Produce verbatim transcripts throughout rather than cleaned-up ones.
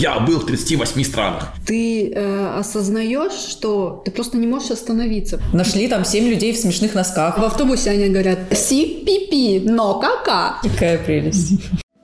я был в тридцати восьми странах. Ты э, осознаешь, что ты просто не можешь остановиться. Нашли там семь людей в смешных носках. В автобусе они говорят «си пи-пи, но кака». Какая прелесть.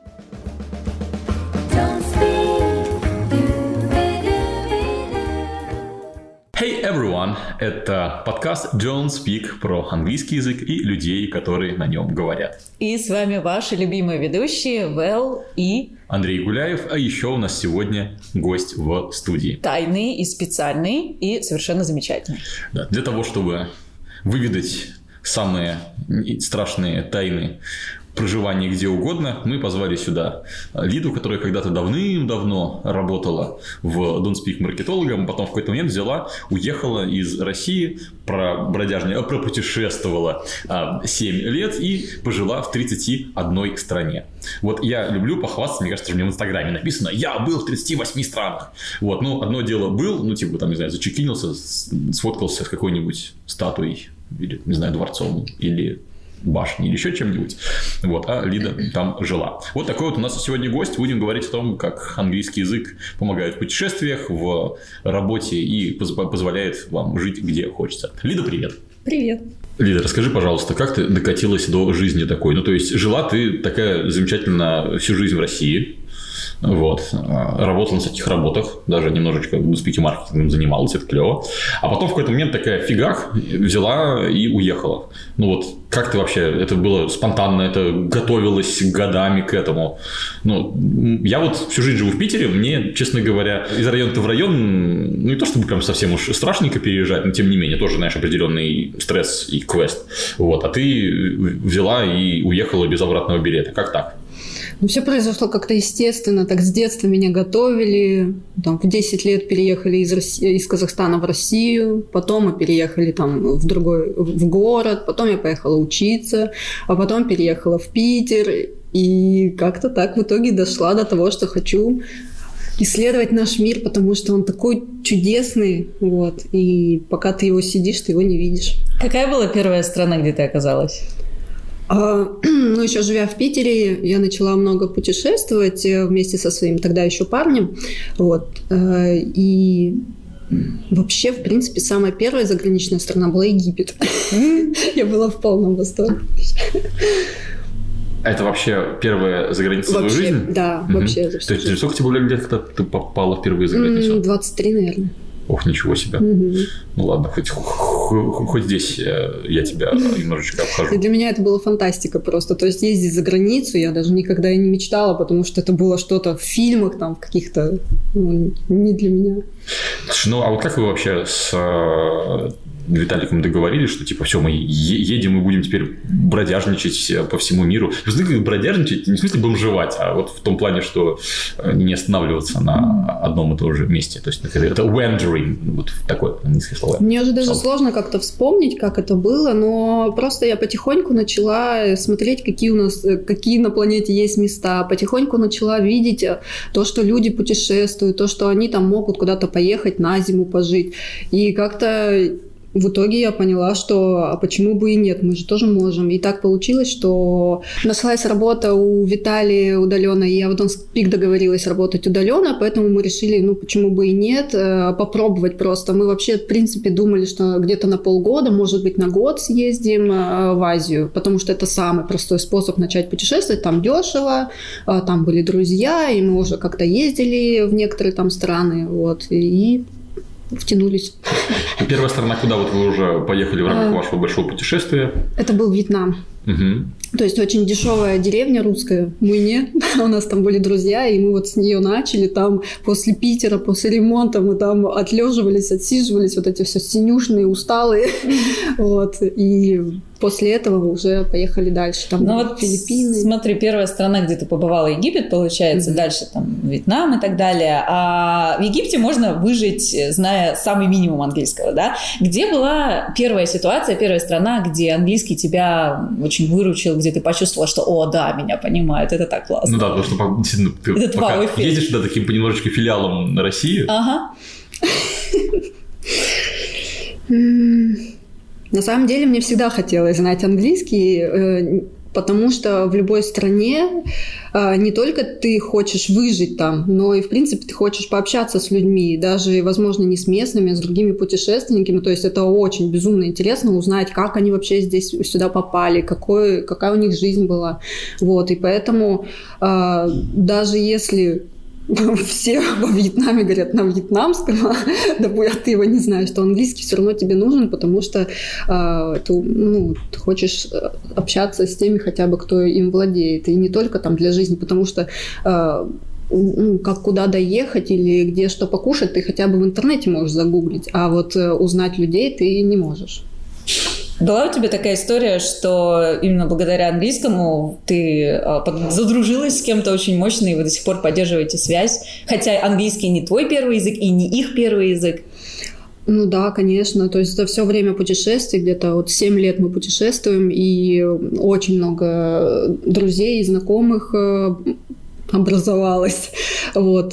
Hey everyone! Это подкаст Don't Speak про английский язык и людей, которые на нем говорят. И с вами ваши любимые ведущие Вэл и Андрей Гуляев, а еще у нас сегодня гость в студии. Тайный и специальный, и совершенно замечательный. Да, для того, чтобы выведать самые страшные тайны проживания где угодно, мы позвали сюда Лиду, которая когда-то давным-давно работала в Don't Speak маркетологом, потом в какой-то момент взяла, уехала из России, пробродяжня, пропутешествовала семь лет и пожила в тридцати одной стране. Вот я люблю похвастаться, мне кажется, у меня в Инстаграме написано «Я был в тридцати восьми странах». Вот, ну, одно дело был, ну, типа, там, не знаю, зачекинился, сфоткался с какой-нибудь статуей, или, не знаю, дворцом, или башни или еще чем-нибудь. Вот, а Лида там жила. Вот такой вот у нас сегодня гость. Будем говорить о том, как английский язык помогает в путешествиях, в работе и позволяет вам жить где хочется. Лида, привет. Привет. Лида, расскажи, пожалуйста, как ты докатилась до жизни такой? Ну, то есть, жила ты такая замечательно всю жизнь в России. Вот. Работала на всяких работах, даже немножечко в спике маркетингом занималась, это клево. А потом в какой-то момент такая фигах взяла и уехала. Ну вот, как ты вообще, это было спонтанно, это готовилась годами к этому? Ну, я вот всю жизнь живу в Питере, мне, честно говоря, из района-то в район, ну не то чтобы прям совсем уж страшненько переезжать, но тем не менее, тоже, знаешь, определенный стресс и квест. Вот. А ты взяла и уехала без обратного билета. Как так? Ну, все произошло как-то естественно. Так с детства меня готовили. Там, в десять лет переехали из, России, из Казахстана в Россию. Потом мы переехали там, в другой в город. Потом я поехала учиться. А потом переехала в Питер. И как-то так в итоге дошла до того, что хочу исследовать наш мир, потому что он такой чудесный. Вот. И пока ты его сидишь, ты его не видишь. Какая была первая страна, где ты оказалась? Ну, еще живя в Питере, я начала много путешествовать вместе со своим тогда еще парнем. Вот. И вообще, в принципе, самая первая заграничная страна была Египет. Я была в полном восторге. Это вообще первая за границей твоей жизни? Да, угу. Вообще. То есть, сколько тебе было лет, когда ты попала впервые за границу? двадцать три, наверное. Ох, ничего себе. Угу. Ну ладно, хоть, хоть, хоть здесь я тебя немножечко обхожу. И для меня это была фантастика просто. То есть ездить за границу я даже никогда и не мечтала, потому что это было что-то в фильмах, там, в каких-то... Ну, не для меня. Слушай, ну а вот как вы вообще с Виталиком договорились, что типа все, мы едем и будем теперь бродяжничать по всему миру? Бродяжничать не в смысле бомжевать, а вот в том плане, что не останавливаться на одном и том же месте. То есть это wandering, вот такое английское слово. Мне уже даже сложно как-то вспомнить, как это было, но просто я потихоньку начала смотреть, какие у нас, какие на планете есть места, потихоньку начала видеть то, что люди путешествуют, то, что они там могут куда-то поехать на зиму пожить. И как-то в итоге я поняла, что а почему бы и нет, мы же тоже можем. И так получилось, что нашлась работа у Виталия удаленно, и я в Don't Speak договорилась работать удаленно, поэтому мы решили, ну почему бы и нет, попробовать просто. Мы вообще, в принципе, думали, что где-то на полгода, может быть, на год съездим в Азию, потому что это самый простой способ начать путешествовать. Там дешево, там были друзья, и мы уже как-то ездили в некоторые там страны, вот, и втянулись. Первая страна, куда вот вы уже поехали в рамках вашего большого путешествия? Это был Вьетнам. Угу. То есть очень дешевая деревня русская, Муйне. У нас там были друзья, и мы вот с нее начали. Там после Питера, после ремонта мы там отлеживались, отсиживались, вот эти все синюшные, усталые. Вот. И после этого мы уже поехали дальше. Там ну вот Филиппины. Смотри, первая страна, где ты побывала, Египет, получается, mm-hmm. дальше там Вьетнам и так далее. А в Египте можно выжить, зная самый минимум английского, да? Где была первая ситуация, первая страна, где английский тебя очень выручил, где ты почувствовала, что, о, да, меня понимают, это так классно. Ну да, потому что действительно ты Этот пока едешь туда таким понемножечко филиалом на Россию. Ага. На самом деле, мне всегда хотелось знать английский. Потому что в любой стране э, не только ты хочешь выжить там, но и, в принципе, ты хочешь пообщаться с людьми, даже, возможно, не с местными, а с другими путешественниками. То есть это очень безумно интересно узнать, как они вообще здесь сюда попали, какой, какая у них жизнь была. Вот. И поэтому э, даже если... все во Вьетнаме говорят на вьетнамском, да ты его не знаешь, что английский все равно тебе нужен, потому что э, ты, ну, ты хочешь общаться с теми хотя бы, кто им владеет. И не только там для жизни, потому что э, ну, как куда доехать или где что покушать, ты хотя бы в интернете можешь загуглить, а вот э, узнать людей ты не можешь. Была у тебя такая история, что именно благодаря английскому ты задружилась с кем-то очень мощно, и вы до сих пор поддерживаете связь, хотя английский не твой первый язык и не их первый язык? Ну да, конечно. То есть за все время путешествий, где-то вот семь лет мы путешествуем, и очень много друзей и знакомых образовалось. Вот.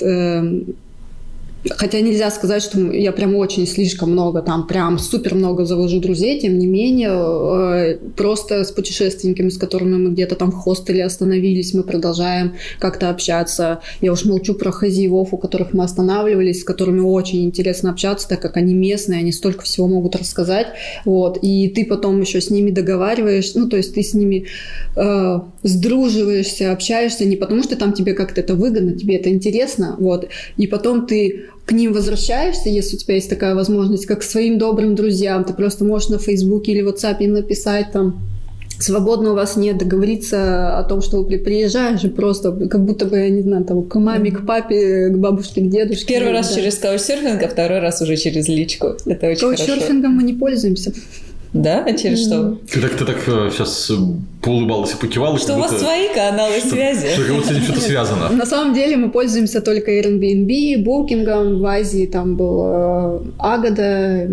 Хотя нельзя сказать, что я прям очень слишком много, там прям супер много завожу друзей, тем не менее, просто с путешественниками, с которыми мы где-то там в хостеле остановились, мы продолжаем как-то общаться. Я уж молчу про хозяевов, у которых мы останавливались, с которыми очень интересно общаться, так как они местные, они столько всего могут рассказать. Вот. И ты потом еще с ними договариваешь, ну, то есть ты с ними э, сдруживаешься, общаешься не потому, что там тебе как-то это выгодно, тебе это интересно, вот. И потом ты к ним возвращаешься, если у тебя есть такая возможность, как к своим добрым друзьям. Ты просто можешь на Фейсбуке или WhatsApp им написать там: свободно у вас нет, договориться о том, что вы приезжаешь, и просто как будто бы, я не знаю, там, к маме, к папе, к бабушке, к дедушке. Первый раз да. через каучсерфинг, а второй раз уже через личку. Это очень хорошо. Каучсерфингом мы не пользуемся. Да? А через что? Ты так, ты так сейчас поулыбалась и покивала. Что у вас свои каналы что, связи. Что как будто с этим что-то связано. На самом деле мы пользуемся только Airbnb, Booking, в Азии там был Агада.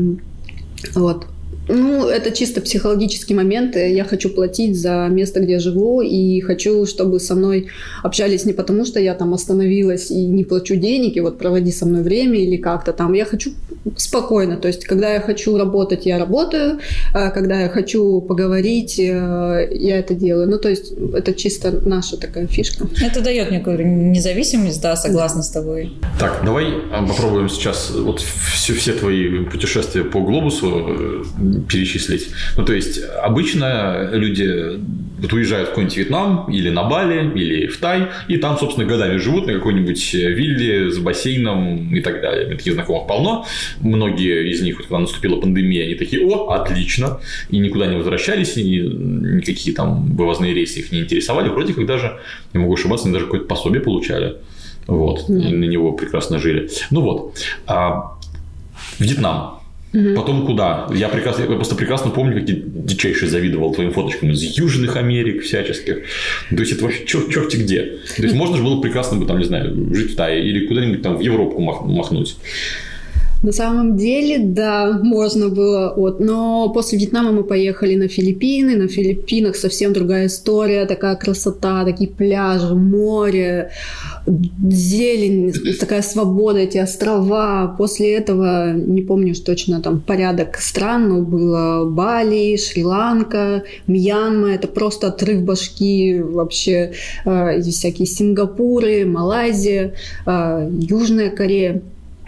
Вот. Ну, это чисто психологический момент. Я хочу платить за место, где я живу, и хочу, чтобы со мной общались не потому, что я там остановилась и не плачу денег, и вот проводи со мной время или как-то там. Я хочу спокойно. То есть, когда я хочу работать, я работаю. А когда я хочу поговорить, я это делаю. Ну, то есть, это чисто наша такая фишка. Это дает некую независимость, да, согласна с тобой. Так, давай попробуем сейчас вот все, все твои путешествия по глобусу перечислить. Ну, то есть, обычно люди вот уезжают в какой-нибудь Вьетнам или на Бали, или в Тай, и там, собственно, годами живут на какой-нибудь вилле с бассейном и так далее. Таких знакомых полно. Многие из них, вот, когда наступила пандемия, они такие: о, отлично, и никуда не возвращались, и никакие там вывозные рейсы их не интересовали. Вроде как даже, я могу ошибаться, они даже какое-то пособие получали. Вот, mm. и на него прекрасно жили. Ну вот, а, Вьетнам. Mm-hmm. Потом куда? Я, прекрасно, я просто прекрасно помню, как я дичайше завидовал твоим фоточкам из Южных Америк всяческих. То есть, это вообще чер- черти где. То есть, можно же было прекрасно бы, там, не знаю, жить в Тае или куда-нибудь там в Европу мах- махнуть. На самом деле, да, можно было. Вот. Но после Вьетнама мы поехали на Филиппины. На Филиппинах совсем другая история. Такая красота, такие пляжи, море, зелень, такая свобода, эти острова. После этого, не помню уж точно, там порядок стран, но было Бали, Шри-Ланка, Мьянма. Это просто отрыв башки вообще. Э, всякие Сингапуры, Малайзия, э, Южная Корея.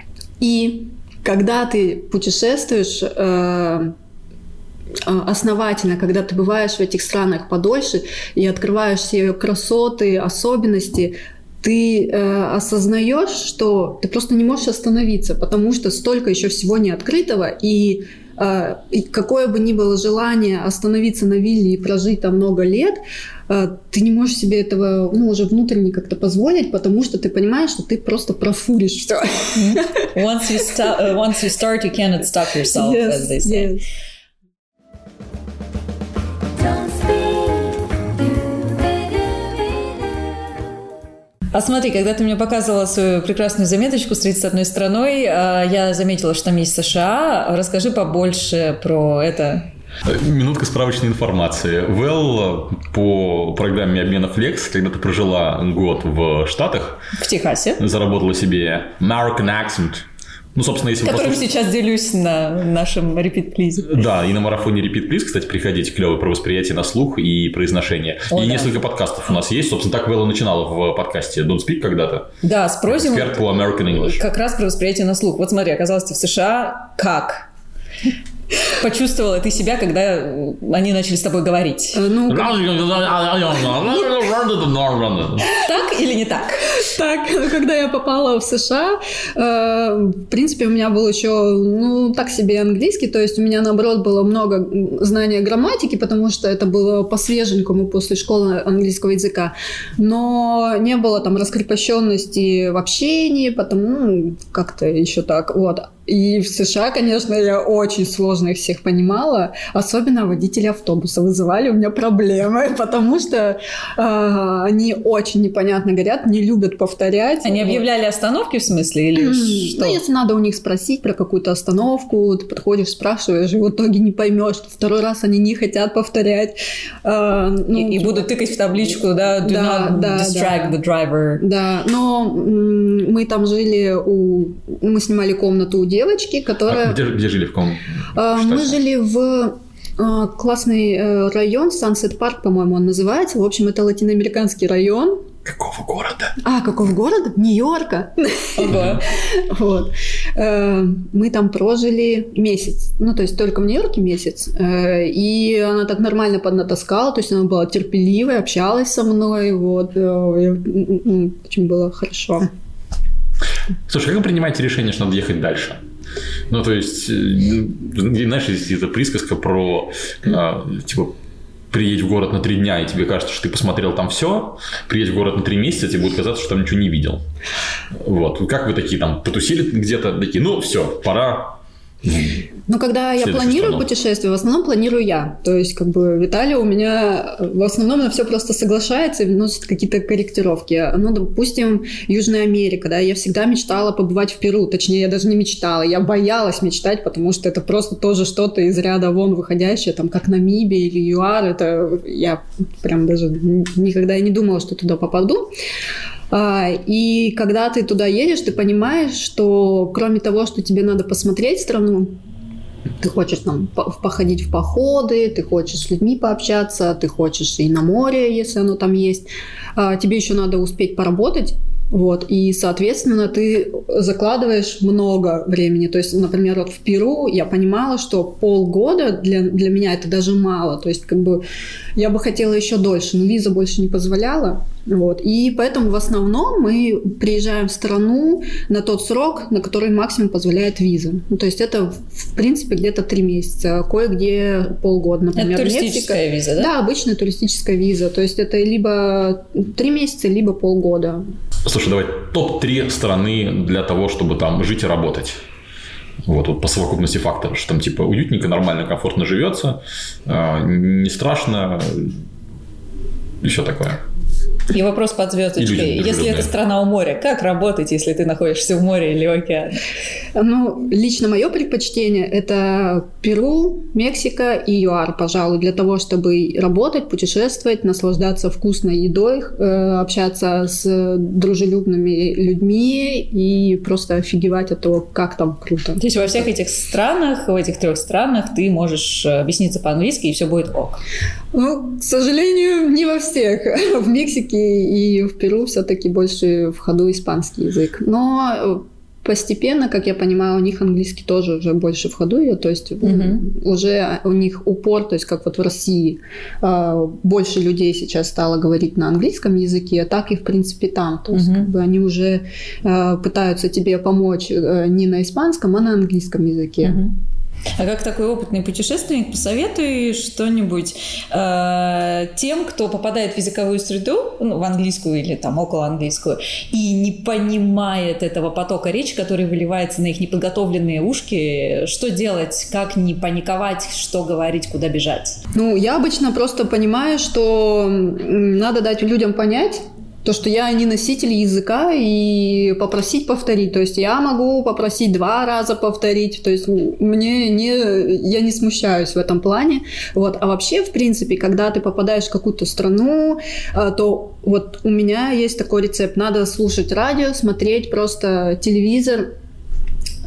И когда ты путешествуешь э, основательно, когда ты бываешь в этих странах подольше и открываешь все ее красоты, особенности, ты э, осознаешь, что ты просто не можешь остановиться, потому что столько еще всего не открытого, и, э, и какое бы ни было желание остановиться на вилле и прожить там много лет, э, ты не можешь себе этого, ну, уже внутренне как-то позволить, потому что ты понимаешь, что ты просто профуришь все. Once you, sta- uh, once you start, you cannot stop yourself, yes, as they say. Yes. А смотри, когда ты мне показывала свою прекрасную заметочку с тридцать одной страной, я заметила, что там есть США. Расскажи побольше про это. Минутка справочной информации. Вэл по программе обмена Flex, когда ты прожила год в Штатах, в Техасе, заработала себе American accent. Ну, собственно, если Которым послуш... сейчас делюсь на нашем Repeat Please. Да, и на марафоне Repeat Please, кстати, приходите, клевый про восприятие на слух и произношение. О, и да. Несколько подкастов у нас есть. Собственно, так Вэлла начинала в подкасте Don't Speak когда-то. Да, спросим. Эксперт по American English. Как раз про восприятие на слух. Вот смотри, оказалось, ты в США. Как? Почувствовала ты себя, когда они начали с тобой говорить? Ну, как... Так или не так? Так, когда я попала в США, э, в принципе, у меня был еще, ну, так себе английский, то есть у меня, наоборот, было много знания грамматики, потому что это было по-свеженькому после школы английского языка, но не было там раскрепощенности в общении, потому как-то еще так, вот. И в США, конечно, я очень сложно их всех понимала, особенно водители автобуса вызывали у меня проблемы, потому что э, они очень непонятно говорят, не любят повторять. Они объявляли остановки, в смысле, или mm, что? Ну, если надо у них спросить про какую-то остановку, ты подходишь, спрашиваешь, и в итоге не поймешь, что второй раз они не хотят повторять. Э, ну, и, и будут тыкать в табличку, да, do да, not да, distract да. the driver. Да, но м- мы там жили, у... мы снимали комнату у девочки, которая... А где, где жили, в каком штате? Мы жили в классный район, Sunset Park, по-моему, он называется. В общем, это латиноамериканский район. Какого города? А, какого города? Нью-Йорка. Ага. Вот. Мы там прожили месяц. Ну, то есть только в Нью-Йорке месяц. И она так нормально поднатаскала. То есть она была терпеливой, общалась со мной. Вот. Очень было хорошо. Слушай, как вы принимаете решение, что надо ехать дальше? Ну, то есть, знаешь, есть эта присказка про, типа, приедь в город на три дня, и тебе кажется, что ты посмотрел там все, приедь в город на три месяца, тебе будет казаться, что там ничего не видел. Вот. Как вы такие там потусили где-то, такие, ну, все, пора. Ну, когда я планирую путешествие, в основном планирую я. То есть, как бы, Виталий у меня в основном на все просто соглашается и вносит какие-то корректировки. Ну, допустим, Южная Америка, да, я всегда мечтала побывать в Перу. Точнее, я даже не мечтала, я боялась мечтать, потому что это просто тоже что-то из ряда вон выходящее, там, как Намибия или ЮАР. Это я прям даже никогда и не думала, что туда попаду. И когда ты туда едешь, ты понимаешь, что кроме того, что тебе надо посмотреть страну, ты хочешь там походить в походы, ты хочешь с людьми пообщаться, ты хочешь и на море, если оно там есть, тебе еще надо успеть поработать. Вот, и, соответственно, ты закладываешь много времени. То есть, например, вот в Перу я понимала, что полгода для, для меня это даже мало. То есть, как бы, я бы хотела еще дольше, но виза больше не позволяла. Вот. И поэтому в основном мы приезжаем в страну на тот срок, на который максимум позволяет виза. Ну, то есть, это, в принципе, где-то три месяца, кое-где полгода. Например, это туристическая Мексика. Виза, да? Да, обычная туристическая виза. То есть, это либо три месяца, либо полгода. Слушай, давай топ три страны для того, чтобы там жить и работать. Вот, вот по совокупности факторов, что там типа уютненько, нормально, комфортно живется, не страшно, еще такое. И вопрос под звездочкой. Если это страна у моря, как работать, если ты находишься в море или в океане? Ну, лично мое предпочтение – это Перу, Мексика и ЮАР, пожалуй, для того, чтобы работать, путешествовать, наслаждаться вкусной едой, общаться с дружелюбными людьми и просто офигевать от того, как там круто. То есть во всех этих странах, в этих трех странах ты можешь объясниться по-английски, и все будет ок? Ну, к сожалению, не во всех. В Мексике и в Перу все-таки больше в ходу испанский язык. Но постепенно, как я понимаю, у них английский тоже уже больше в ходу, то есть mm-hmm. уже у них упор, то есть как вот в России больше людей сейчас стало говорить на английском языке, так и в принципе там. То есть mm-hmm. как бы они уже пытаются тебе помочь не на испанском, а на английском языке. Mm-hmm. А как такой опытный путешественник, посоветуй что-нибудь э, тем, кто попадает в языковую среду, ну, в английскую или там около английскую, и не понимает этого потока речи, который выливается на их неподготовленные ушки, что делать, как не паниковать, что говорить, куда бежать? Ну, я обычно просто понимаю, что надо дать людям понять, то, что я не носитель языка, и попросить повторить. То есть я могу попросить два раза повторить. То есть мне не, я не смущаюсь в этом плане. Вот. А вообще, в принципе, когда ты попадаешь в какую-то страну, то вот у меня есть такой рецепт. Надо слушать радио, смотреть просто телевизор,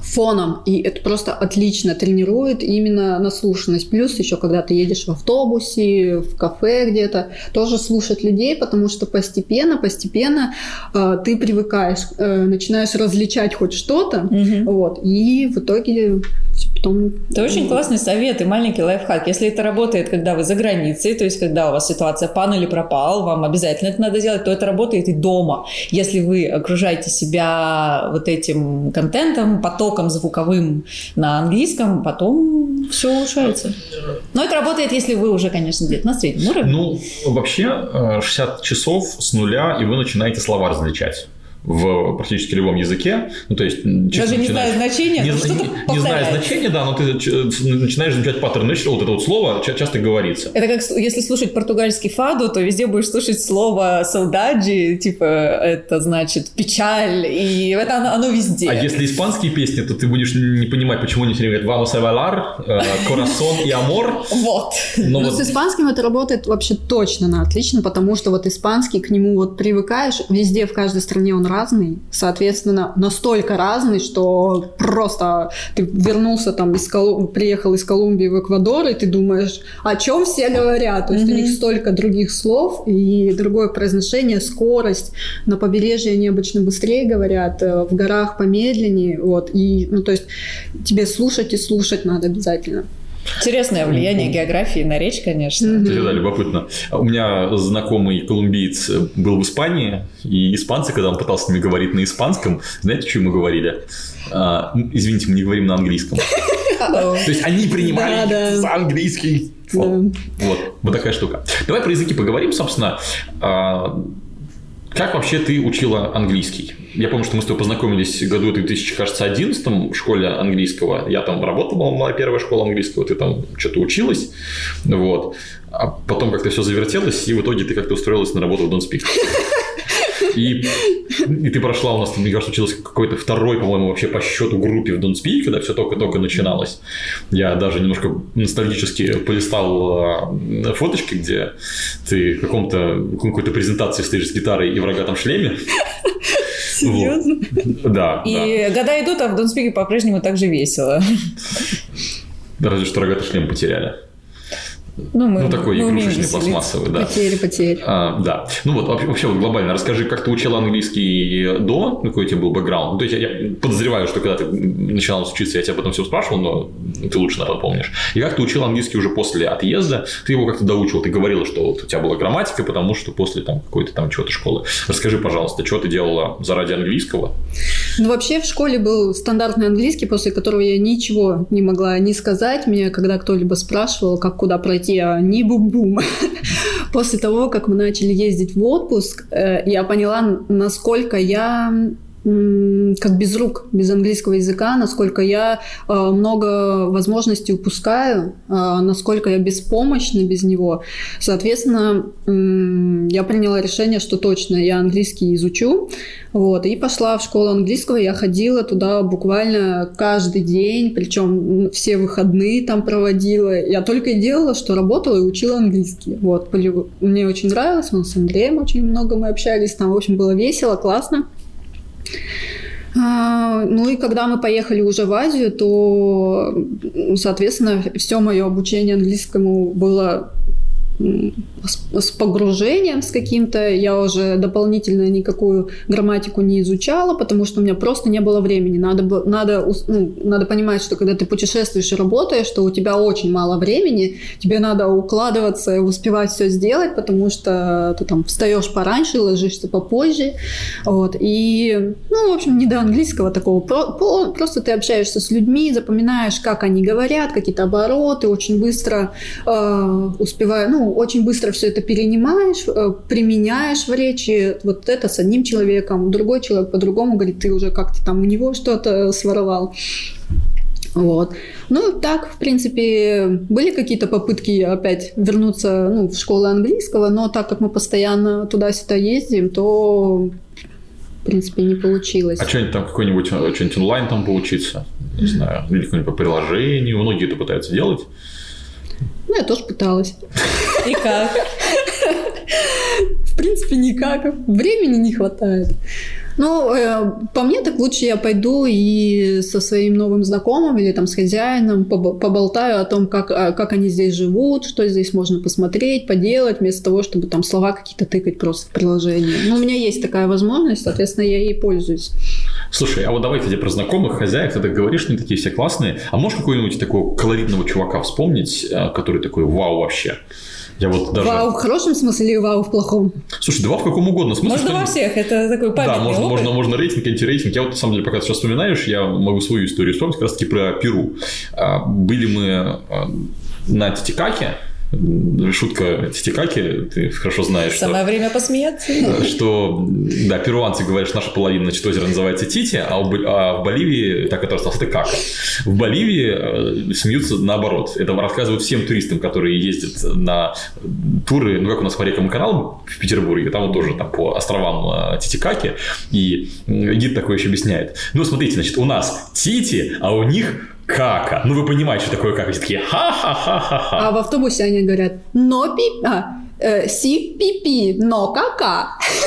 фоном, и это просто отлично тренирует именно наслушанность. Плюс еще, когда ты едешь в автобусе, в кафе где-то, тоже слушать людей, потому что постепенно, постепенно э, ты привыкаешь, э, начинаешь различать хоть что-то, угу. вот, и в итоге потом... Это очень классный совет и маленький лайфхак. Если это работает, когда вы за границей, то есть когда у вас ситуация пан или пропал, вам обязательно это надо делать, то это работает и дома. Если вы окружаете себя вот этим контентом, потоком звуковым на английском, потом все улучшается. Но это работает, если вы уже, конечно, где-то на среднем уровне. Ну, вообще, шестьдесят часов с нуля, и вы начинаете слова различать в практически любом языке. Ну, то есть, даже не зная значения, не, но что-то не, не зная значения, да, но ты начинаешь замечать паттерн. Значит, вот это вот слово часто говорится. Это как если слушать португальский фаду, то везде будешь слушать слово «saudade», типа это значит «печаль», и это оно, оно везде. А если испанские песни, то ты будешь не понимать, почему они все время говорят «vamos a bailar», «corazón» и «amor». Вот. Но, но вот... с испанским это работает вообще точно на отлично, потому что вот испанский, к нему вот привыкаешь, везде, в каждой стране он разный, соответственно, настолько разный, что просто ты вернулся там из Колу... приехал из Колумбии в Эквадор, и ты думаешь, о чем все говорят. То есть mm-hmm. у них столько других слов и другое произношение, скорость. На побережье они обычно быстрее говорят, в горах помедленнее. Вот. И, ну, то есть тебе слушать и слушать надо обязательно. Интересное влияние географии на речь, конечно. Mm-hmm. Да, любопытно. У меня знакомый колумбиец был в Испании, и испанцы, когда он пытался с ними говорить на испанском, знаете, что ему говорили? А, извините, мы не говорим на английском. То есть они принимали за английский. Вот, вот такая штука. Давай про языки поговорим, собственно. Как вообще ты учила английский? Я помню, что мы с тобой познакомились в году две тысячи одиннадцатом в школе английского. Я там работала, моя первая школа английского, ты там что-то училась. Вот. А потом как-то все завертелось, и в итоге ты как-то устроилась на работу в Don't Speak. И, и ты прошла у нас, мне кажется, училась в какой-то второй, по-моему, вообще по счету группе в Don't Speak, когда все только-только начиналось. Я даже немножко ностальгически полистал фоточки, где ты в каком-то, какой-то презентации стоишь с гитарой и в рогатом шлеме. Серьезно? Вот. Да. И да. года идут, а в Don't Speak по-прежнему так же весело. Разве что рогатый шлем потеряли. Ну, мы, ну, такой мы игрушечный, пластмассовый, да. Потери, потери. А, да. Ну, вот, вообще, вот глобально, расскажи, как ты учила английский до, какой у тебя был бэкграунд. Ну, то есть, я, я подозреваю, что когда ты начинала учиться, я тебя об этом все спрашивал, но ты лучше, наверное, помнишь. И как ты учила английский уже после отъезда? Ты его как-то доучивал, ты говорила, что вот у тебя была грамматика, потому что после там какой-то там чего-то школы. Расскажи, пожалуйста, что ты делала заради английского? Ну, вообще, в школе был стандартный английский, после которого я ничего не могла ни сказать. Меня, когда кто-либо спрашивал, как куда пройти, а ни бум-бум. После того, как мы начали ездить в отпуск, я поняла, насколько я как без рук, без английского языка, насколько я э, много возможностей упускаю, э, насколько я беспомощна без него. Соответственно, э, я приняла решение, что точно я английский изучу. Вот, и пошла в школу английского. Я ходила туда буквально каждый день, причем все выходные там проводила. Я только и делала, что работала и учила английский. Вот, мне очень нравилось, мы с Андреем очень много мы общались, там, в общем, было весело, классно. Ну и когда мы поехали уже в Азию, то, соответственно, все мое обучение английскому было с погружением с каким-то. Я уже дополнительно никакую грамматику не изучала, потому что у меня просто не было времени. Надо, надо, ну, надо понимать, что когда ты путешествуешь и работаешь, что у тебя очень мало времени, тебе надо укладываться и успевать все сделать, потому что ты там встаешь пораньше, ложишься попозже. Вот. И, ну, в общем, не до английского такого. Просто ты общаешься с людьми, запоминаешь, как они говорят, какие-то обороты, очень быстро э, успеваешь, ну, очень быстро все это перенимаешь, применяешь в речи. Вот это с одним человеком, другой человек по-другому говорит, ты уже как-то там у него что-то своровал. Вот. Ну, так, в принципе, были какие-то попытки опять вернуться, ну, в школу английского, но так как мы постоянно туда-сюда ездим, то, в принципе, не получилось. А что-нибудь там, какой-нибудь, что-нибудь онлайн там поучиться? Не знаю, или какое-нибудь по приложению? Многие это пытаются делать. Ну, я тоже пыталась. И как? В принципе, никак. Времени не хватает. Ну, э, по мне, так лучше я пойду и со своим новым знакомым или там с хозяином поболтаю о том, как, как они здесь живут, что здесь можно посмотреть, поделать, вместо того, чтобы там слова какие-то тыкать просто в приложении. Ну, у меня есть такая возможность, соответственно, я ей пользуюсь. Слушай, а вот давай, кстати, про знакомых, хозяев, ты так говоришь, они такие все классные. А можешь какого-нибудь такого колоритного чувака вспомнить, который такой вау вообще? Я вот даже... Вау в хорошем смысле или вау в плохом? Слушай, да вау в каком угодно смысле. Можно во всех, это такой памятный Да, можно, опыт. можно, можно рейтинг, антирейтинг. Я вот, на самом деле, пока ты сейчас вспоминаешь, я могу свою историю вспомнить, как раз таки про Перу. Были мы на Титикаке. Шутка Титикаки, ты хорошо знаешь. Самое что, время посмеяться. Что, да, перуанцы говорят, что наша половина, значит, озера называется Тити, а, у, а в Боливии, так это осталось, это Кака. В Боливии э, смеются наоборот. Это рассказывают всем туристам, которые ездят на туры, ну, как у нас по рекам канал в Петербурге, там вот тоже там, по островам э, Титикаки, и э, гид такой еще объясняет. Ну, смотрите, значит, у нас Тити, а у них Кака. Ну, вы понимаете, что такое кака. Все такие ха-ха-ха-ха-ха. А в автобусе они говорят, но пи... А, э, си пи-пи, но кака.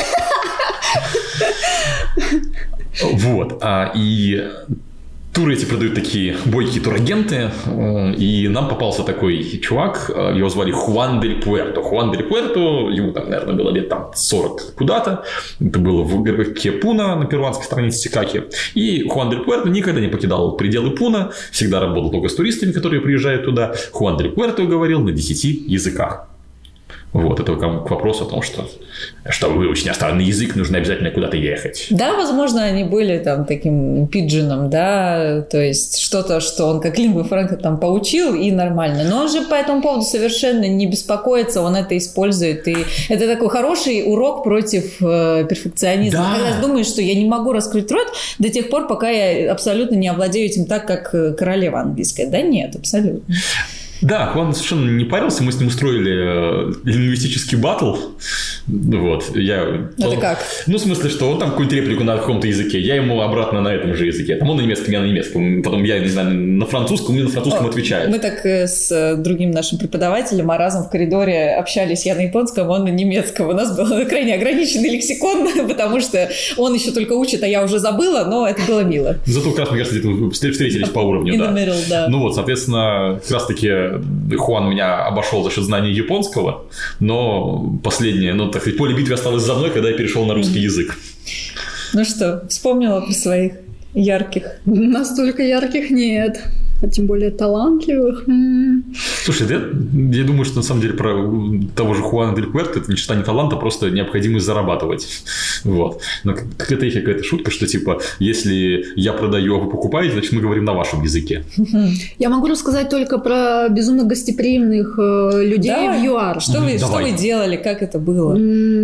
Вот. А, и туры эти продают такие бойкие турагенты, и нам попался такой чувак, его звали Хуан дель Пуэрто. Хуан дель Пуэрто, ему там, наверное, было лет там сорок куда-то, это было в городке Пуна на перуанской стороне Титикаки, и Хуан дель Пуэрто никогда не покидал пределы Пуна, всегда работал только с туристами, которые приезжают туда. Хуан дель Пуэрто говорил на десяти языках. Вот, это к вопросу о том, что чтобы выучить иностранный язык, нужно обязательно куда-то ехать. Да, возможно, они были там таким пиджином, да, то есть что-то, что он как лингва франка там поучил, и нормально. Но он же по этому поводу совершенно не беспокоится, он это использует, и это такой хороший урок против э, перфекционизма. Да. Когда думаешь, что я не могу раскрыть рот до тех пор, пока я абсолютно не овладею этим так, как королева английская. Да нет, абсолютно. Да, он совершенно не парился, мы с ним устроили лингвистический баттл. Вот, я... Это он... как? Ну, в смысле, что он там какую-то реплику на каком-то языке, я ему обратно на этом же языке. Там он на немецком, я на немецком. Потом я, не знаю, на французском, мне на французском О, отвечает. Мы так с другим нашим преподавателем, а разом в коридоре общались, я на японском, он на немецком. У нас был крайне ограниченный лексикон, потому что он еще только учит, а я уже забыла, но это было мило. Зато как раз, мне кажется, где-то встретились по уровню. In да. the middle, да. Ну вот, соответственно, как раз-таки Хуан меня обошел за счет знания японского, но последнее, ну, так сказать, поле битвы осталось за мной, когда я перешел на русский язык. Ну что, вспомнила про своих ярких? Настолько ярких нет. А тем более талантливых. Слушай, я, я думаю, что на самом деле про того же Хуана дель Пуэрто это ни черта не талант, а просто необходимость зарабатывать. Вот. Но какая-то есть какая-то шутка, что типа, если я продаю, а вы покупаете, значит, мы говорим на вашем языке. Я могу рассказать только про безумно гостеприимных людей Давай. в ЮАР. Что вы, что вы делали, как это было?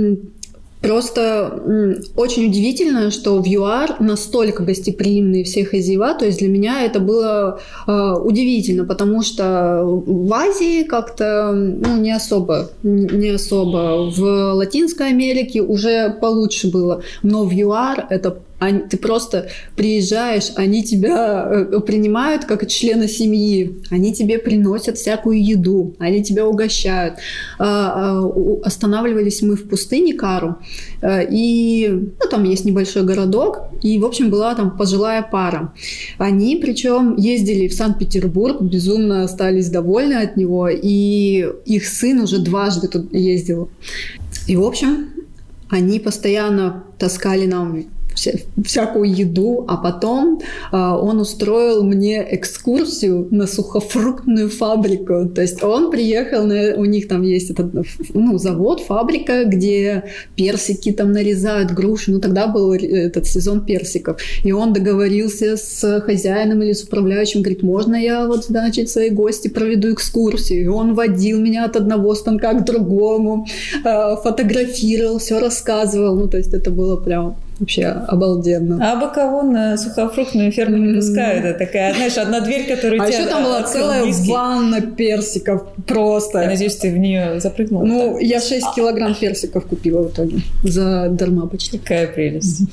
Просто м, очень удивительно, что в ЮАР настолько гостеприимные все хозяева, то есть для меня это было э, удивительно, потому что в Азии как-то ну, не особо, не особо, в Латинской Америке уже получше было, но в ЮАР это Они, ты просто приезжаешь, они тебя э, принимают как члена семьи, они тебе приносят всякую еду, они тебя угощают. Э, э, останавливались мы в пустыне Кару, э, и ну, там есть небольшой городок, и, в общем, была там пожилая пара. Они, причем, ездили в Санкт-Петербург, безумно остались довольны от него, и их сын уже дважды тут ездил. И, в общем, они постоянно таскали нам вся, всякую еду, а потом э, он устроил мне экскурсию на сухофруктную фабрику. То есть он приехал, на, у них там есть этот ну, завод, фабрика, где персики там нарезают, груши. Ну, тогда был этот сезон персиков. И он договорился с хозяином или с управляющим, говорит, можно я вот, значит, свои гости проведу экскурсию? И он водил меня от одного станка к другому, э, фотографировал, все рассказывал. Ну, то есть это было прям... Вообще обалденно. А абы кого на сухофруктную ферму не пускают. Это такая, знаешь, одна дверь, которая а тебя... А еще там была целая ванна персиков просто. Я надеюсь, ты в нее запрыгнула. Ну, так. Я шесть килограмм персиков купила в итоге. За дарма почти. Какая прелесть.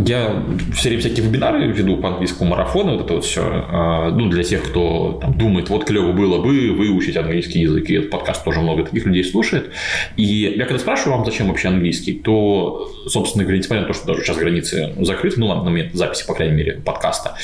Я все время всякие вебинары веду по английскому марафону, вот это вот все. Ну, для тех, кто там, думает, вот клево было бы выучить английский язык, и этот подкаст тоже много таких людей слушает. И я когда спрашиваю вам, зачем вообще английский, то, собственно говоря, несмотря на то, что даже сейчас границы закрыты, ну, ладно, на момент записи, по крайней мере, подкаста,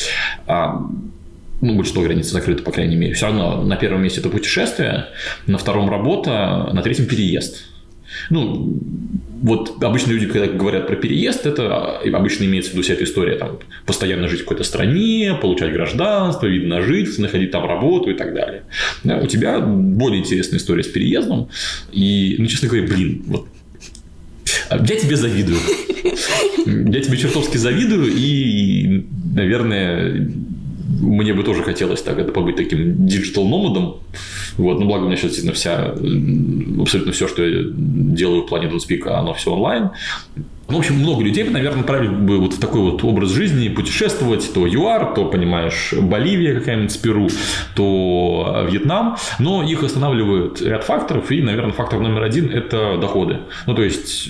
ну, большинство границ закрыты, по крайней мере, все равно на первом месте это путешествие, на втором работа, на третьем переезд. Ну, вот обычно люди, когда говорят про переезд, это обычно имеется в виду вся эта история, там, постоянно жить в какой-то стране, получать гражданство, вид на жительство, находить там работу и так далее. Да, у тебя более интересная история с переездом, и, ну, честно говоря, блин, вот, я тебе завидую. Я тебе чертовски завидую, и, наверное, мне бы тоже хотелось так, это побыть таким диджитал-номадом. Вот, но благо у меня сейчас действительно вся, абсолютно все, что я делаю в плане DontSpeak, оно все онлайн. Ну, в общем, много людей, наверное, отправили бы вот в такой вот образ жизни, путешествовать, то ЮАР, то, понимаешь, Боливия какая-нибудь с Перу, то Вьетнам, но их останавливает ряд факторов, и, наверное, фактор номер один – это доходы. Ну, то есть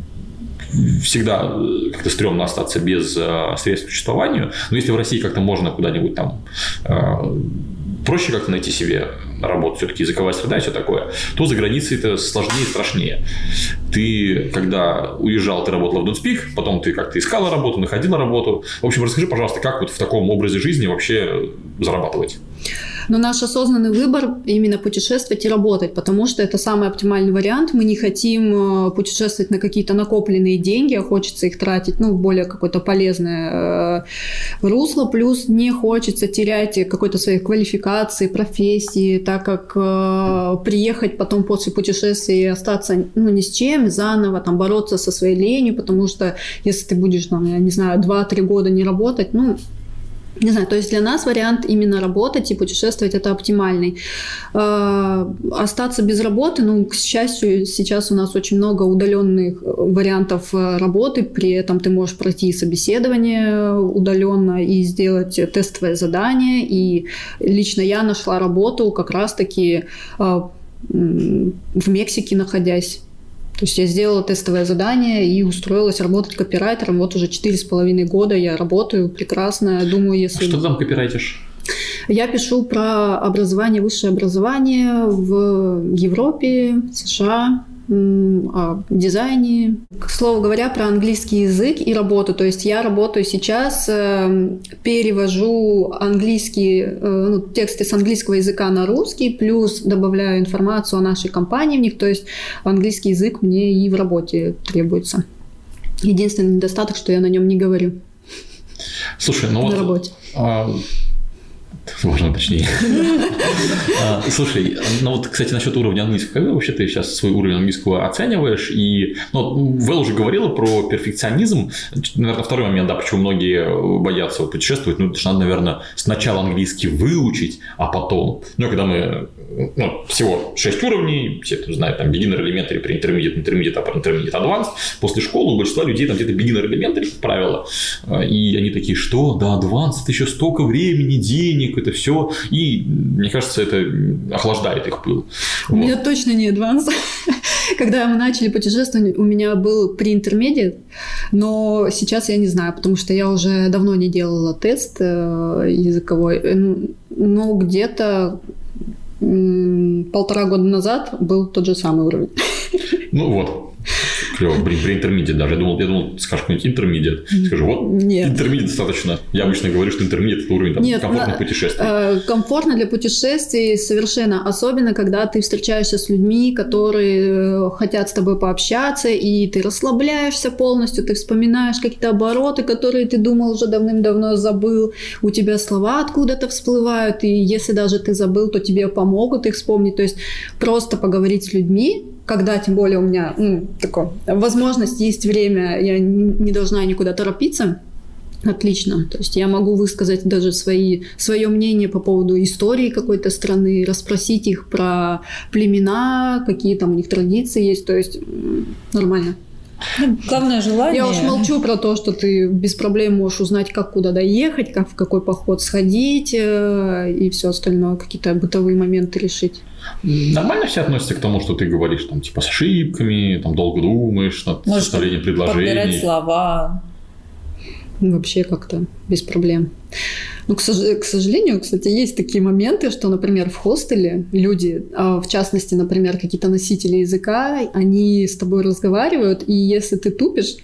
всегда как-то стрёмно остаться без э, средств к существованию, но если в России как-то можно куда-нибудь там э, проще как-то найти себе работу, все-таки языковая среда и все такое, то за границей это сложнее и страшнее. Ты, когда уезжал, ты работала в DontSpeak, потом ты как-то искала работу, находила работу. В общем, расскажи, пожалуйста, как вот в таком образе жизни вообще зарабатывать? Но наш осознанный выбор именно путешествовать и работать, потому что это самый оптимальный вариант. Мы не хотим путешествовать на какие-то накопленные деньги, а хочется их тратить, ну, в более какое-то полезное русло. Плюс не хочется терять какой-то своей квалификации, профессии, так как э, приехать потом после путешествия и остаться, ну, ни с чем, заново там бороться со своей ленью, потому что если ты будешь, там, я не знаю, два-три года не работать, ну, не знаю, то есть для нас вариант именно работать и путешествовать – это оптимальный. Э, остаться без работы, ну, к счастью, сейчас у нас очень много удаленных вариантов работы, при этом ты можешь пройти собеседование удаленно и сделать тестовое задание, и лично я нашла работу как раз-таки э, в Мексике находясь. То есть я сделала тестовое задание и устроилась работать копирайтером. Вот уже четыре с половиной года я работаю прекрасно. Думаю, если... А что ты там копирайтишь? Я пишу про образование, высшее образование в Европе, США, о дизайне. К слову говоря, про английский язык и работу. То есть я работаю сейчас, перевожу английские, ну, тексты с английского языка на русский, плюс добавляю информацию о нашей компании в них. То есть английский язык мне и в работе требуется. Единственный недостаток, что я на нем не говорю. Слушай, ну на вот... работе. А... Можно точнее. Слушай, ну вот, кстати, насчет уровня английского. Как вообще ты сейчас свой уровень английского оцениваешь? И, ну, Вэл уже говорила про перфекционизм. Наверное, второй момент, да, почему многие боятся путешествовать. Ну, это же надо, наверное, сначала английский выучить, а потом. Ну, когда мы, ну, всего шесть уровней, все это знают, там, beginner, elementary, pre-intermediate, intermediate, upper intermediate, advanced. После школы у большинства людей там где-то beginner, elementary, как правило. И они такие, что? Да, advanced, это еще столько времени, денег, это все. И, мне кажется, это охлаждает их пыл. У вот. Меня точно не адванс. Когда мы начали путешествовать, у меня был pre-intermediate, но сейчас я не знаю, потому что я уже давно не делала тест языковой. Но где-то полтора года назад был тот же самый уровень. Ну вот. Клево, блин, при интермедиат даже. Я думал, я думал, ты скажешь какой-нибудь интермедиат. Скажи, вот, интермедиат достаточно. Я обычно говорю, что интермедиат – это уровень там, Нет, комфортных на, путешествий. Э, комфортно для путешествий совершенно. Особенно, когда ты встречаешься с людьми, которые хотят с тобой пообщаться, и ты расслабляешься полностью, ты вспоминаешь какие-то обороты, которые ты думал уже давным-давно забыл. У тебя слова откуда-то всплывают, и если даже ты забыл, то тебе помогут их вспомнить. То есть просто поговорить с людьми, когда, тем более, у меня ну, такое, возможность, есть время, я не должна никуда торопиться, отлично. То есть я могу высказать даже свои, свое мнение по поводу истории какой-то страны, расспросить их про племена, какие там у них традиции есть. То есть нормально. Ну, главное желание. Я уж молчу про то, что ты без проблем можешь узнать, как куда доехать, как в какой поход сходить и все остальное, какие-то бытовые моменты решить. Нормально все относятся к тому, что ты говоришь, там, типа, с ошибками, там, долго думаешь над Может, составлением предложений? Подбирать слова. вообще как-то без проблем. Ну, к, сож- к сожалению, кстати, есть такие моменты, что, например, в хостеле люди, в частности, например, какие-то носители языка, они с тобой разговаривают, и если ты тупишь,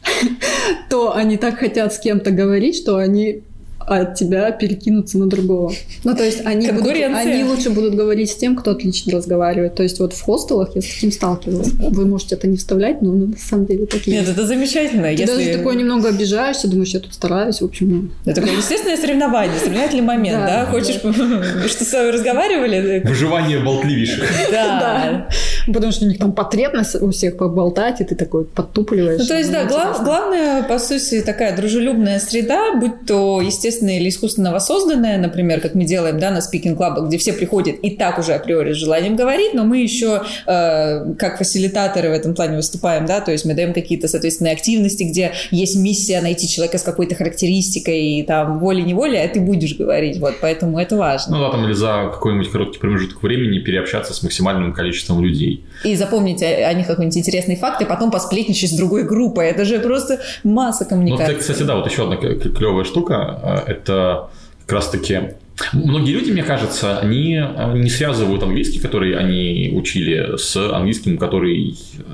то они так хотят с кем-то говорить, что они от тебя перекинутся на другого. Ну, то есть они, будут, они лучше будут говорить с тем, кто отлично разговаривает. То есть вот в хостелах я с таким сталкивалась. Вы можете это не вставлять, но на самом деле такие. Нет, это замечательно. Ты если... даже такое немного обижаешься, думаешь, я тут стараюсь, в общем. Ну. Это такое естественное соревнование, соревновательный момент, да? да? Хочешь, да. Что с вами разговаривали? Выживание болтливейших. Да. Потому что у них там потребность у всех поболтать, и ты такой подтупливаешь. Ну, то есть, да, глав, главное, по сути, такая дружелюбная среда, будь то, естественно, или искусственно воссозданная, например, как мы делаем, да, на спикинг-клабах, где все приходят и так уже априори с желанием говорить, но мы еще э, как фасилитаторы в этом плане выступаем, да, то есть мы даем какие-то, соответственно, активности, где есть миссия найти человека с какой-то характеристикой, и там волей-неволей, а ты будешь говорить, вот, поэтому это важно. Ну да, там или за какой-нибудь короткий промежуток времени переобщаться с максимальным количеством людей. И запомнить о, о них какой-нибудь интересный факт, и потом посплетничать с другой группой, это же просто масса коммуникаций. Ну, кстати, да, вот еще одна клевая штука, это как раз-таки... Многие люди, мне кажется, они не связывают английский, который они учили, с английским, который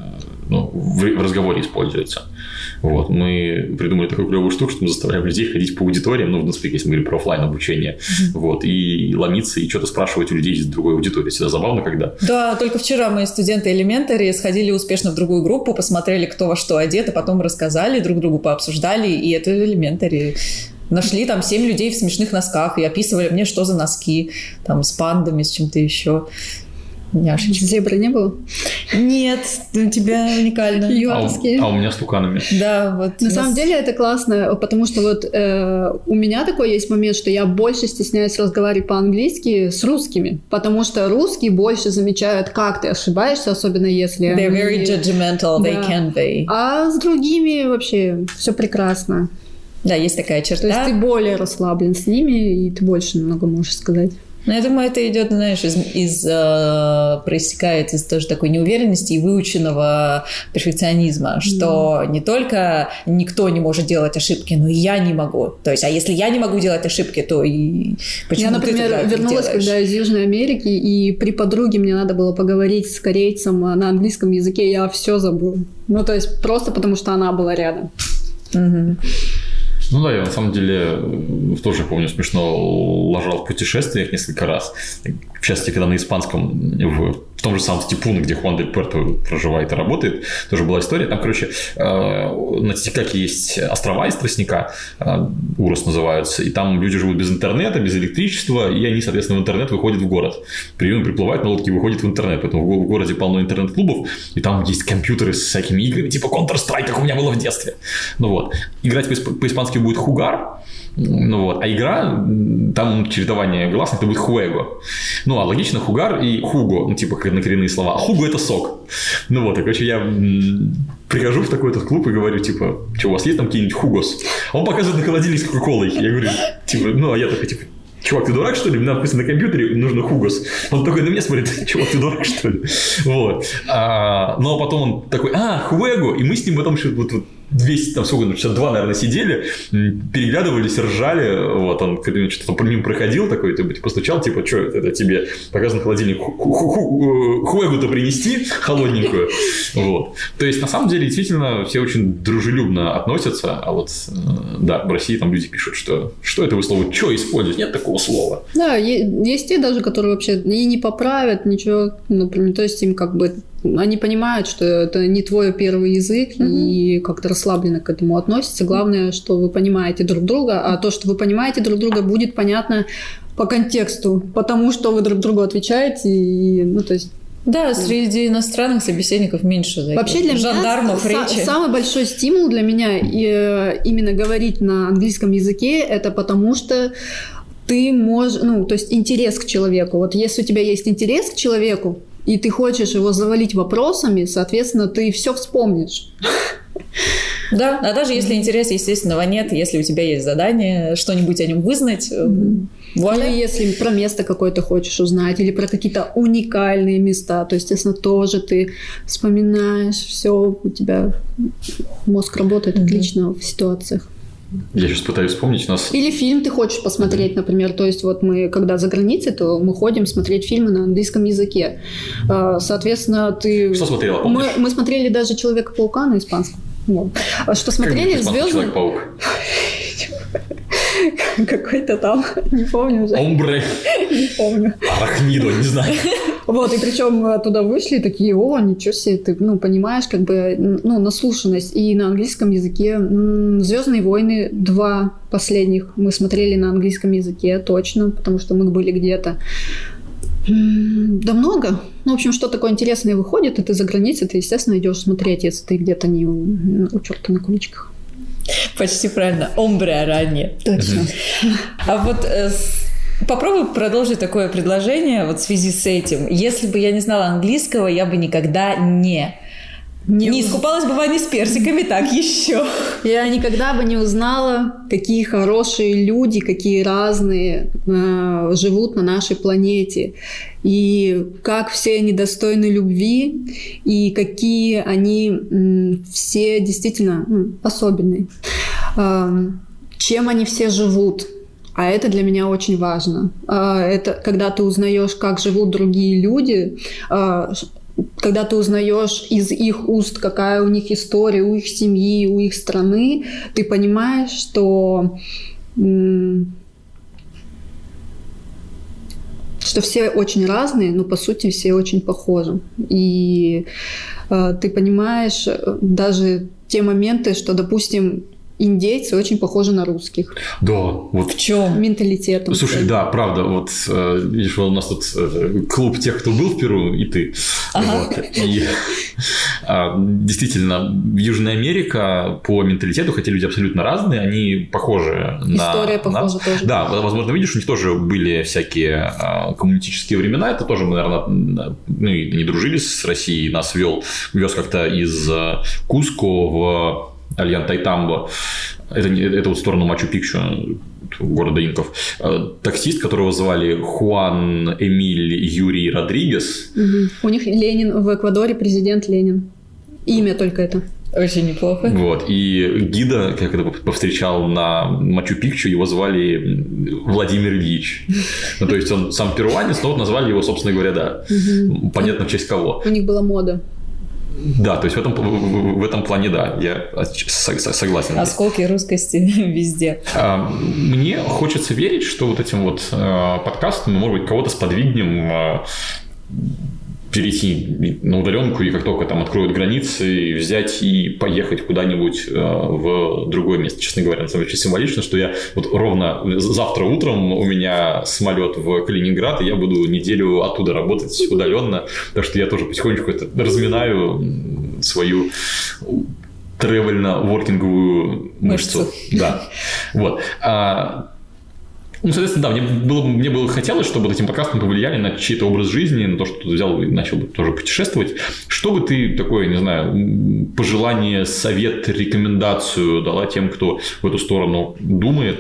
ну, в разговоре используется. Вот. Мы придумали такую клевую штуку, что мы заставляем людей ходить по аудиториям, ну, в NotSpeak, если мы говорим про офлайн обучение, mm-hmm. вот, и ломиться, и что-то спрашивать у людей из другой аудитории. Всегда забавно, когда... Да, только вчера мои студенты Elementary сходили успешно в другую группу, посмотрели, кто во что одет, а потом рассказали, друг другу пообсуждали, и это Elementary... Нашли там семь людей в смешных носках и описывали мне, что за носки, там, с пандами, с чем-то еще. Няшечки. Зебры не было? Нет, у тебя уникально. Юарские. А, у, а у меня с туканами. Да, вот. На нас... самом деле это классно, потому что вот э, у меня такой есть момент, что я больше стесняюсь разговаривать по-английски с русскими, потому что русские больше замечают, как ты ошибаешься, особенно если They're они... very judgmental, да. they can be. А с другими вообще все прекрасно. Да, есть такая черта. То есть ты более расслаблен с ними, и ты больше намного можешь сказать. Ну, я думаю, это идет, знаешь, из, из э, проистекает из тоже такой неуверенности и выученного перфекционизма, что mm. не только никто не может делать ошибки, но и я не могу. То есть, а если я не могу делать ошибки, то и почему я, например, ты вернулась, когда из Южной Америки, и при подруге мне надо было поговорить с корейцем на английском языке, я все забыла. Ну, то есть, просто потому что она была рядом. Mm-hmm. Ну да, я на самом деле тоже помню, смешно лажал в путешествиях несколько раз. В частности, когда на испанском, в, в том же самом Степуне, где Хуан дель Пуэрто проживает и работает, тоже была история. Там, короче, на Титикаке есть острова из тростника, Урос называются, и там люди живут без интернета, без электричества, и они, соответственно, в интернет выходят в город. Прием приплывают на лодке и выходят в интернет. Поэтому в городе полно интернет-клубов, и там есть компьютеры с всякими играми, типа Counter-Strike, как у меня было в детстве. Ну вот. Играть по-испански будет хугар, ну вот, а игра, там чередование гласных, это будет хуэго. Ну, а логично хугар и хуго, ну, типа, как однокоренные слова. А хуго – это сок. Ну вот, и, короче, я прихожу в такой этот клуб и говорю, типа, что, у вас есть там какие-нибудь хугос? А он показывает на холодильник с кока-колой. Я говорю, типа, ну, а я такой, типа, чувак, ты дурак, что ли? Мне написано на компьютере, нужно хугос. Он такой на меня смотрит, чувак, ты дурак, что ли? Вот. А, ну, а потом он такой, а, хуэго. И мы с ним потом еще вот, вот двести, там, сколько, шестьдесят два, наверное, сидели, переглядывались, ржали. Вот, он что-то по ним проходил такой, ты постучал, типа, что это тебе показан холодильник, хуэгу-то принести холодненькую. Вот. То есть, на самом деле, действительно, все очень дружелюбно относятся, а вот, да, в России там люди пишут, что что это вы слово «чё» используете? Нет такого слова. Да, есть те даже, которые вообще и не поправят, ничего, например, то есть им как бы они понимают, что это не твой первый язык, mm-hmm. и как-то расслабленно к этому относятся. Главное, что вы понимаете друг друга, а то, что вы понимаете друг друга, будет понятно по контексту, потому что вы друг другу отвечаете, и, ну, то есть... Да, среди иностранных собеседников меньше таких. Вообще для жандармов меня речи. Самый большой стимул для меня и, именно говорить на английском языке, это потому что ты можешь, ну, то есть интерес к человеку. Вот если у тебя есть интерес к человеку, и ты хочешь его завалить вопросами, соответственно, ты все вспомнишь. Да, а даже если интереса естественного нет, если у тебя есть задание, что-нибудь о нем вызнать, mm-hmm. вуаля. Или если про место какое-то хочешь узнать, или про какие-то уникальные места, то, естественно, тоже ты вспоминаешь, все, у тебя мозг работает mm-hmm. отлично в ситуациях. Я сейчас пытаюсь вспомнить. У нас... Или фильм ты хочешь посмотреть, mm-hmm. например. То есть вот мы, когда за границей, то мы ходим смотреть фильмы на английском языке. Соответственно, ты... Что смотрела, помнишь? Мы, мы смотрели даже «Человека-паука» на испанском. Вот. Что смотрели «Звездный...» Человек-паук? Какой-то там, не помню уже. Омбре. Не помню. Арахнидо, не знаю. Вот, и причем туда вышли такие, о, ничего себе, ты, ну, понимаешь, как бы, ну, наслушанность. И на английском языке «Звездные войны» два последних мы смотрели на английском языке, точно, потому что мы были где-то. Да много. Ну, в общем, что такое интересное выходит, и ты за границей, ты, естественно, идешь смотреть, если ты где-то не у, у черта на куличках. Почти правильно. Омбре ранее. Точно. А вот э, попробуй продолжить такое предложение вот в связи с этим. Если бы я не знала английского, я бы никогда не... Не, не искупалась бы в ванне с персиками, так еще. Я никогда бы не узнала, какие хорошие люди, какие разные э, живут на нашей планете. И как все они достойны любви, и какие они м, все действительно м, особенные. Э, чем они все живут. А это для меня очень важно. Э, это когда ты узнаешь, как живут другие люди, э, когда ты узнаешь из их уст, какая у них история, у их семьи, у их страны, ты понимаешь, что, что все очень разные, но по сути все очень похожи. И э, ты понимаешь даже те моменты, что, допустим, индейцы очень похожи на русских. Да, вот. В чем? Менталитетом. Слушай, кстати. да, правда, вот видишь, у нас тут клуб тех, кто был в Перу, и ты. Ага. Вот. И действительно, Южная Америка по менталитету, хотя люди абсолютно разные, они похожи. История на похожа нас. тоже. Да, возможно, видишь, у них тоже были всякие коммунистические времена, это тоже мы, наверное, ну, не дружили с Россией, нас вел, вез как-то из Куско в Альян-Тайтамбо, это, это вот в сторону Мачу-Пикчу, города инков, таксист, которого звали Хуан Эмиль Юрий Родригес. Угу. У них Ленин в Эквадоре, президент Ленин. Имя только это. Очень неплохо. Вот. И гида, как это повстречал на Мачу-Пикчу, его звали Владимир Ильич. Ну, то есть он сам перуанец, но вот назвали его, собственно говоря, да. Угу. Понятно, в честь кого. У них была мода. Да, то есть в этом, в, в этом плане, да, я согласен. Осколки русскости везде. Мне хочется верить, что вот этим вот подкастом мы, может быть, кого-то сподвигнем перейти на удаленку и как только там откроют границы, взять и поехать куда-нибудь в другое место. Честно говоря, на самом деле, очень символично, что я вот ровно завтра утром у меня самолет в Калининград, и я буду неделю оттуда работать удаленно, так что я тоже потихонечку это разминаю свою тревельно-воркинговую мышцу. Мышцу. Да. Вот. Ну, соответственно, да, мне было, мне было хотелось, чтобы вот этим подкастом повлияли на чей-то образ жизни, на то, что ты взял и начал бы тоже путешествовать. Что бы ты такое, не знаю, пожелание, совет, рекомендацию дала тем, кто в эту сторону думает?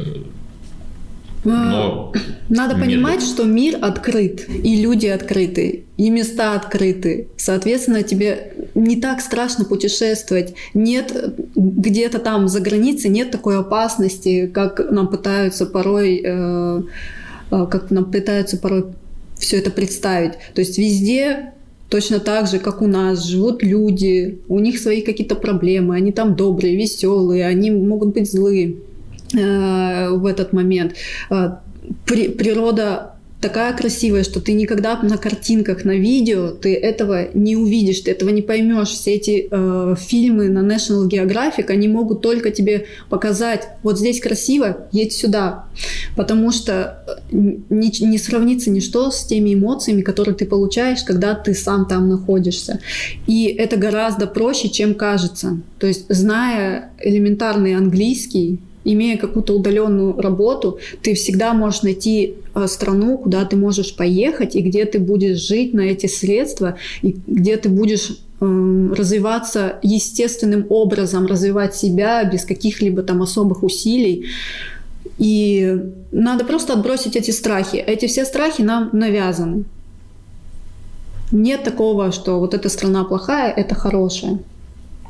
Но надо понимать, что мир открыт, и люди открыты, и места открыты. Соответственно, тебе не так страшно путешествовать. Нет где-то там за границей, нет такой опасности, как нам пытаются порой, э, как нам пытаются порой все это представить. То есть везде точно так же, как у нас, живут люди, у них свои какие-то проблемы, они там добрые, веселые, они могут быть злые в этот момент. Природа такая красивая, что ты никогда на картинках, на видео ты этого не увидишь, ты этого не поймешь. Все эти э, фильмы на National Geographic, они могут только тебе показать, вот здесь красиво, едь сюда. Потому что не, не сравнится ничто с теми эмоциями, которые ты получаешь, когда ты сам там находишься. И это гораздо проще, чем кажется. То есть, зная элементарный английский, имея какую-то удаленную работу, ты всегда можешь найти страну, куда ты можешь поехать, и где ты будешь жить на эти средства, и где ты будешь э, развиваться естественным образом, развивать себя без каких-либо там особых усилий. И надо просто отбросить эти страхи. Эти все страхи нам навязаны. Нет такого, что вот эта страна плохая, это хорошая.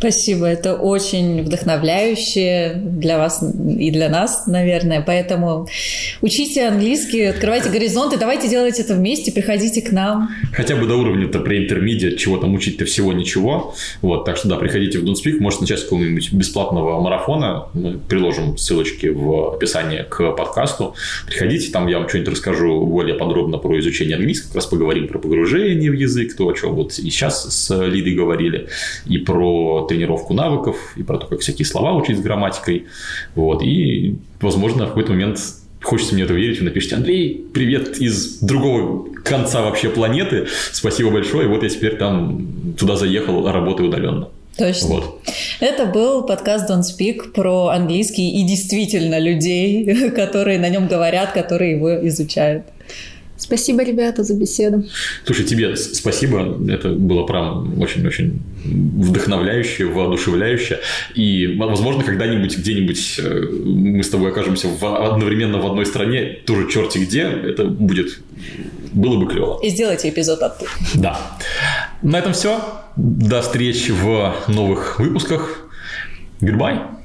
Спасибо, это очень вдохновляюще для вас и для нас, наверное. Поэтому учите английский, открывайте горизонты, давайте делать это вместе, приходите к нам. Хотя бы до уровня-то pre-intermediate, чего там учить-то всего ничего. Вот, так что да, приходите в Don't Speak, можете начать с какого-нибудь бесплатного марафона. Мы приложим ссылочки в описании к подкасту. Приходите, там я вам что-нибудь расскажу более подробно про изучение английского, как раз поговорим про погружение в язык, то, о чем вот и сейчас с Лидой говорили, и про тренировку навыков, и про то, как всякие слова учить с грамматикой. Вот. И, возможно, в какой-то момент хочется мне это верить, вы напишите: Андрей, привет из другого конца вообще планеты, спасибо большое, вот я теперь там туда заехал, работаю удаленно. Точно. Вот. Это был подкаст Don't Speak про английский и действительно людей, которые на нем говорят, которые его изучают. Спасибо, ребята, за беседу. Слушай, тебе спасибо. Это было прям очень-очень вдохновляюще, воодушевляюще. И, возможно, когда-нибудь, где-нибудь мы с тобой окажемся в, одновременно в одной стране, тоже черти где, это будет... Было бы клево. И сделайте эпизод оттуда. Да. На этом все. До встречи в новых выпусках. Goodbye.